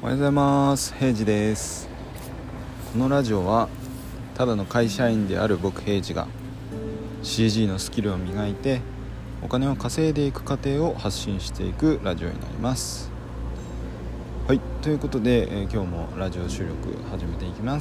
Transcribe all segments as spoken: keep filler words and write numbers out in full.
おはようございます。平治です。このラジオはただの会社員である僕平治が シージー のスキルを磨いてお金を稼いでいく過程を発信していくラジオになります。はい、ということで、えー、今日もラジオ収録始めていきます。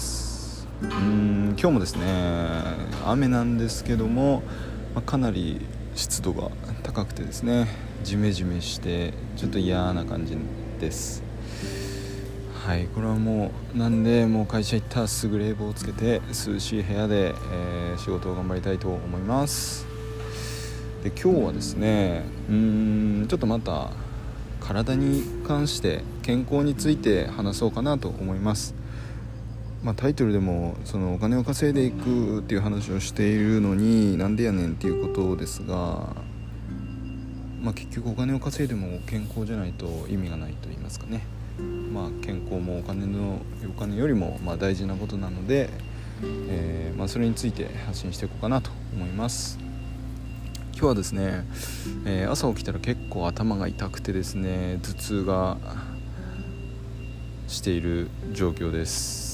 うーん今日もですね雨なんですけども、まあ、かなり湿度が高くてですねジメジメしてちょっと嫌な感じです。はい、これはもうなんでもう会社行ったらすぐ冷房をつけて涼しい部屋で、えー、仕事を頑張りたいと思います。で今日はですねうーんちょっとまた体に関して健康について話そうかなと思います。まあ、タイトルでもそのお金を稼いでいくっていう話をしているのになんでやねんっていうことですが、まあ、結局お金を稼いでも健康じゃないと意味がないと言いますかね。まあ、健康もお金のお金よりもまあ大事なことなので、えーまあ、それについて発信していこうかなと思います。今日はですね、えー、朝起きたら結構頭が痛くてですね頭痛がしている状況です。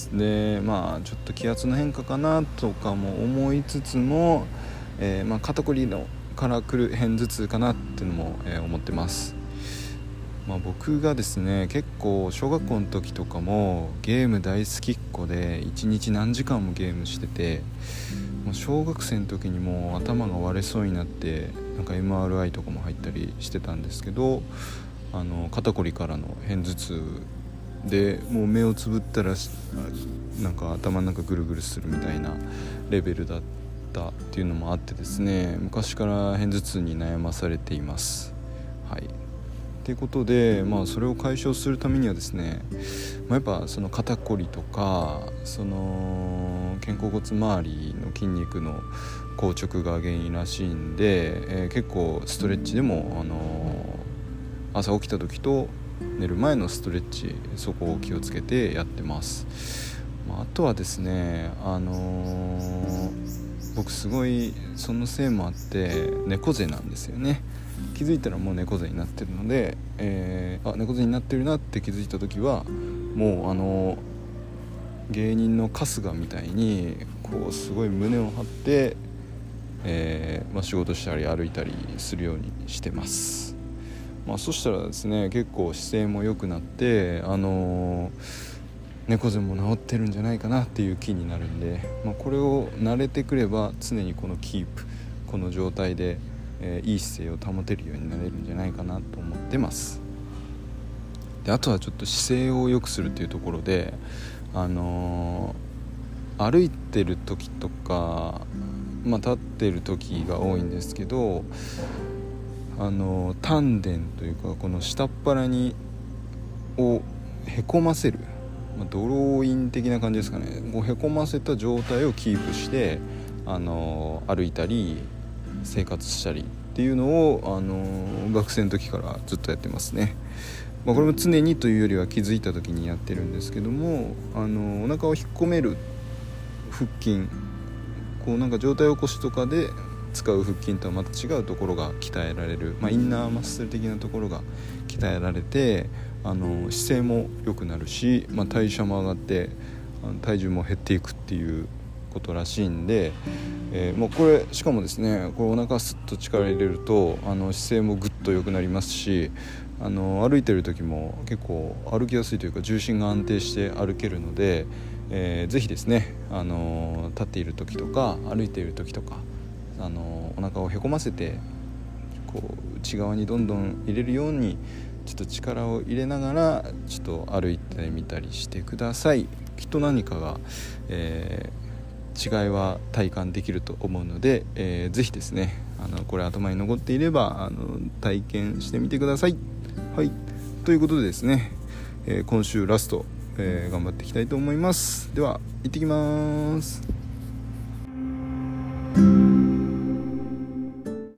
でまあちょっと気圧の変化かなとかも思いつつも、えーまあ、肩こりのから来る片頭痛かなっていうのも、えー、思ってます。まあ、僕がですね結構小学校の時とかもゲーム大好きっ子でいちにち何時間もゲームしてて、まあ、小学生の時にもう頭が割れそうになってなんか エムアールアイ とかも入ったりしてたんですけど、あの肩こりからの片頭痛でもう目をつぶったらなんか頭の中ぐるぐるするみたいなレベルだったっていうのもあってですね昔から片頭痛に悩まされています。はいということで、まあ、それを解消するためにはですね、まあ、やっぱその肩こりとかその肩甲骨周りの筋肉の硬直が原因らしいんで、えー、結構ストレッチでも、あのー、朝起きた時と寝る前のストレッチそこを気をつけてやってます。まあ、あとはですね、あのー、僕すごいそのせいもあって猫背なんですよね。気づいたらもう猫背になってるので、えー、あ猫背になってるなって気づいた時はもうあの芸人の春日みたいにこうすごい胸を張って、えーまあ、仕事したり歩いたりするようにしてます。まあ、そしたらですね結構姿勢も良くなってあのー、猫背も治ってるんじゃないかなっていう気になるんで、まあ、これを慣れてくれば常にこのキープこの状態でえー、いい姿勢を保てるようになれるんじゃないかなと思ってます。であとはちょっと姿勢を良くするっていうところで、あのー、歩いてる時とか、まあ、立ってる時が多いんですけど、あのー、丹田というかこの下っ腹にをへこませる、まあ、ドローイン的な感じですかね。こうへこませた状態をキープして、あのー、歩いたり生活したりっていうのを、あのー、学生の時からずっとやってますね。まあ、これも常にというよりは気づいた時にやってるんですけども、あのー、お腹を引っ込める腹筋こうなんか上体起こしとかで使う腹筋とはまた違うところが鍛えられる、まあ、インナーマッスル的なところが鍛えられて、あのー、姿勢も良くなるし、まあ、代謝も上がってあの体重も減っていくっていうことらしいんで、えー、もうこれしかもですねこれお腹スッと力入れるとあの姿勢もぐっと良くなりますし、あの歩いてる時も結構歩きやすいというか重心が安定して歩けるので、えー、ぜひですね、あの立っている時とか歩いている時とか、あのお腹をへこませてこう内側にどんどん入れるようにちょっと力を入れながらちょっと歩いてみたりしてください。きっと何かが、えー違いは体感できると思うので、えー、ぜひですねあのこれ頭に残っていればあの体験してみてください。はいということでですね、えー、今週ラスト、えー、頑張っていきたいと思います。では行ってきます。